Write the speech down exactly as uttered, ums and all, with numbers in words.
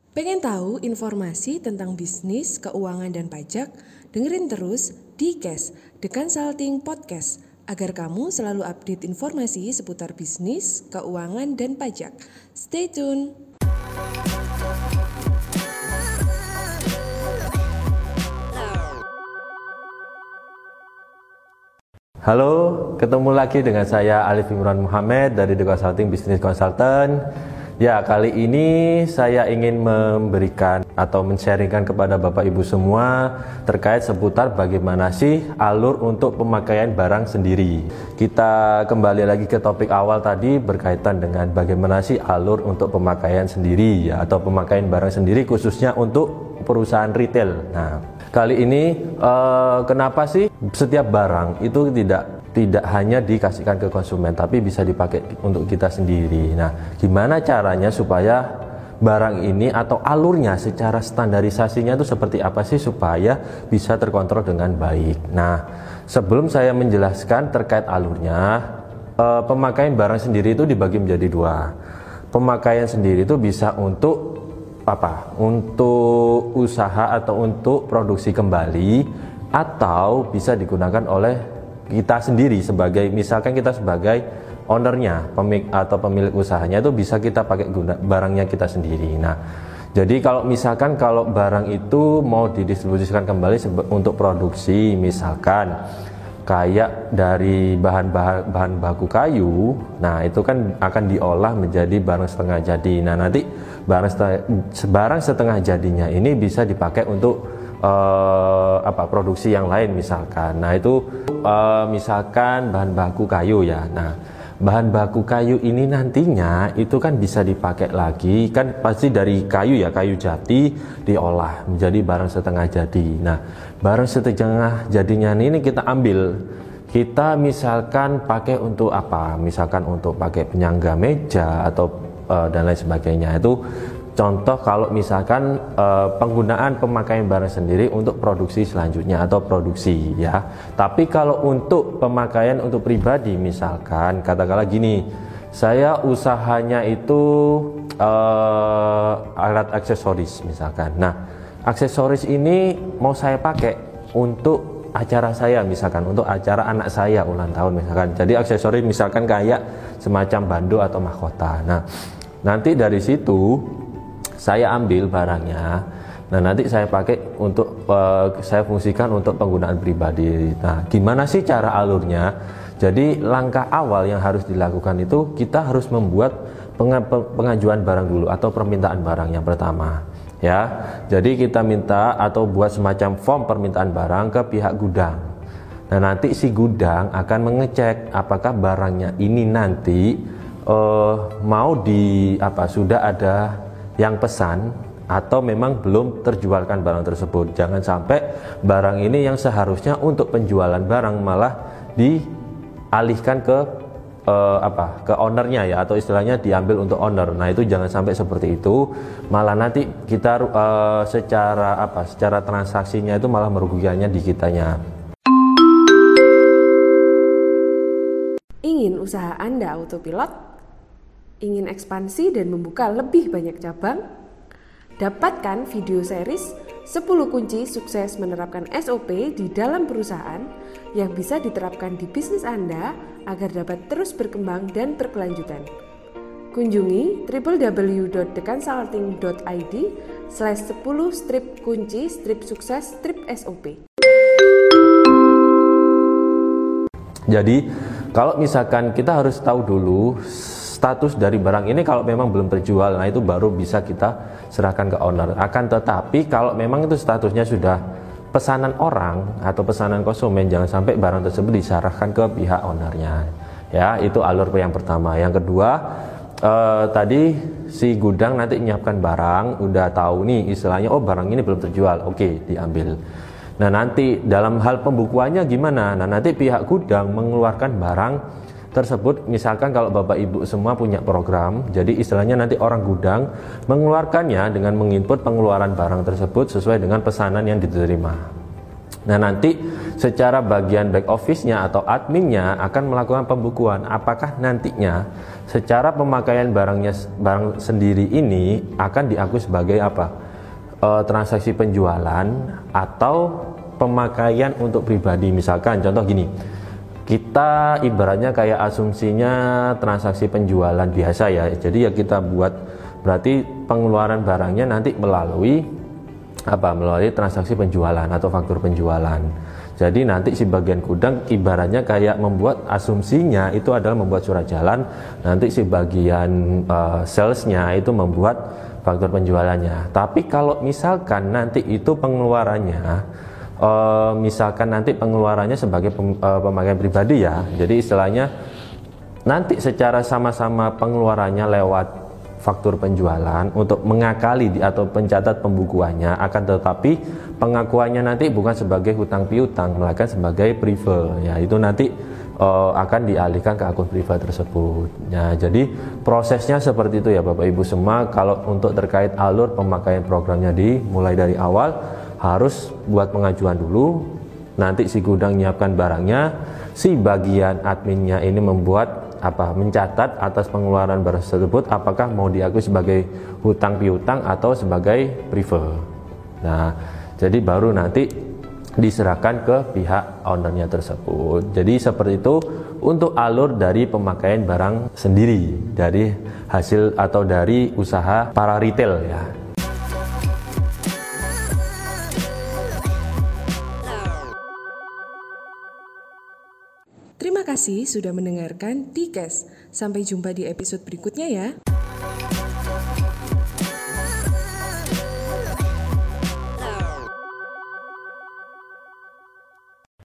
Pengen tahu informasi tentang bisnis, keuangan, dan pajak? Dengerin terus di Cash, The Consulting Podcast, agar kamu selalu update informasi seputar bisnis, keuangan, dan pajak. Stay tune! Halo, ketemu lagi dengan saya Alif Imran Muhammad dari The Consulting Business Consultant. Ya, kali ini saya ingin memberikan atau men-sharingkan kepada Bapak Ibu semua terkait seputar bagaimana sih alur untuk pemakaian barang sendiri. Kita kembali lagi ke topik awal tadi berkaitan dengan bagaimana sih alur untuk pemakaian sendiri ya, atau pemakaian barang sendiri khususnya untuk perusahaan retail. Nah, kali ini eh, kenapa sih setiap barang itu tidak tidak hanya dikasihkan ke konsumen tapi bisa dipakai untuk kita sendiri. Nah, gimana caranya supaya barang ini atau alurnya secara standarisasinya itu seperti apa sih supaya bisa terkontrol dengan baik. Nah, sebelum saya menjelaskan terkait alurnya, eh, pemakaian barang sendiri itu dibagi menjadi dua. Pemakaian sendiri itu bisa untuk apa? Untuk usaha atau untuk produksi kembali, atau bisa digunakan oleh kita sendiri sebagai, misalkan kita sebagai ownernya, pemilik atau pemilik usahanya, itu bisa kita pakai guna barangnya kita sendiri. Nah, jadi kalau misalkan kalau barang itu mau didistribusikan kembali untuk produksi, misalkan kayak dari bahan-bahan bahan baku kayu, nah itu kan akan diolah menjadi barang setengah jadi. Nah, nanti barang setengah, barang setengah jadinya ini bisa dipakai untuk Uh, apa produksi yang lain misalkan. Nah, itu uh, misalkan bahan baku kayu ya. Nah, bahan baku kayu ini nantinya itu kan bisa dipakai lagi, kan pasti dari kayu ya, kayu jati diolah menjadi barang setengah jadi. Nah, barang setengah jadinya ini kita ambil, kita misalkan pakai untuk apa? Misalkan untuk pakai penyangga meja atau uh, dan lain sebagainya. Itu contoh kalau misalkan e, penggunaan pemakaian barang sendiri untuk produksi selanjutnya atau produksi ya. Tapi kalau untuk pemakaian untuk pribadi, misalkan katakanlah gini, saya usahanya itu e, alat aksesoris misalkan. Nah, aksesoris ini mau saya pakai untuk acara saya misalkan, untuk acara anak saya ulang tahun misalkan. Jadi aksesoris misalkan kayak semacam bando atau mahkota. Nah, nanti dari situ saya ambil barangnya, nah nanti saya pakai untuk uh, saya fungsikan untuk penggunaan pribadi. Nah, gimana sih cara alurnya? Jadi langkah awal yang harus dilakukan itu kita harus membuat pengajuan barang dulu atau permintaan barang yang pertama. Ya, jadi kita minta atau buat semacam form permintaan barang ke pihak gudang. Nah, nanti si gudang akan mengecek apakah barangnya ini nanti uh, mau di apa sudah ada yang pesan atau memang belum terjualkan barang tersebut. Jangan sampai barang ini yang seharusnya untuk penjualan barang malah dialihkan ke eh, apa ke ownernya ya, atau istilahnya diambil untuk owner. Nah, itu jangan sampai seperti itu, malah nanti kita eh, secara apa secara transaksinya itu malah merugikannya di kitanya. Ingin usaha Anda autopilot? Ingin ekspansi dan membuka lebih banyak cabang? Dapatkan video series sepuluh kunci sukses menerapkan S O P di dalam perusahaan yang bisa diterapkan di bisnis Anda agar dapat terus berkembang dan berkelanjutan. Kunjungi w w w dot the consulting dot i d slash sepuluh strip kunci strip sukses strip S O P. Jadi, kalau misalkan kita harus tahu dulu status dari barang ini, kalau memang belum terjual, nah itu baru bisa kita serahkan ke owner. Akan tetapi kalau memang itu statusnya sudah pesanan orang atau pesanan konsumen, jangan sampai barang tersebut diserahkan ke pihak ownernya. Ya, itu alur yang pertama. Yang kedua, eh, tadi si gudang nanti menyiapkan barang, udah tahu nih istilahnya, oh barang ini belum terjual, oke diambil. Nah, nanti dalam hal pembukuannya gimana? Nah, nanti pihak gudang mengeluarkan barang tersebut, misalkan kalau Bapak Ibu semua punya program, jadi istilahnya nanti orang gudang mengeluarkannya dengan menginput pengeluaran barang tersebut sesuai dengan pesanan yang diterima. Nah, nanti secara bagian back office-nya atau adminnya akan melakukan pembukuan. Apakah nantinya secara pemakaian barangnya barang sendiri ini akan diakui sebagai apa? E, transaksi penjualan atau pemakaian untuk pribadi. Misalkan contoh gini. Kita ibaratnya kayak asumsinya transaksi penjualan biasa ya. Jadi ya kita buat berarti pengeluaran barangnya nanti melalui apa melalui transaksi penjualan atau faktur penjualan. Jadi nanti si bagian gudang ibaratnya kayak membuat asumsinya itu adalah membuat surat jalan, nanti si bagian uh, salesnya itu membuat faktur penjualannya. Tapi kalau misalkan nanti itu pengeluarannya uh, misalkan nanti pengeluarannya sebagai pem, uh, pemakaian pribadi ya, jadi istilahnya nanti secara sama-sama pengeluarannya lewat faktur penjualan untuk mengakali di, atau pencatat pembukuannya, akan tetapi pengakuannya nanti bukan sebagai hutang piutang melainkan sebagai prive ya, itu nanti uh, akan dialihkan ke akun prive tersebut ya. Jadi prosesnya seperti itu ya Bapak Ibu semua. Kalau untuk terkait alur pemakaian programnya dimulai dari awal harus buat pengajuan dulu, nanti si gudang nyiapkan barangnya, si bagian adminnya ini membuat apa mencatat atas pengeluaran barang tersebut apakah mau diakui sebagai hutang piutang atau sebagai prive. Nah, jadi baru nanti diserahkan ke pihak ownernya tersebut. Jadi seperti itu untuk alur dari pemakaian barang sendiri dari hasil atau dari usaha para retail ya. Terima kasih sudah mendengarkan T-Cast. Sampai jumpa di episode berikutnya ya.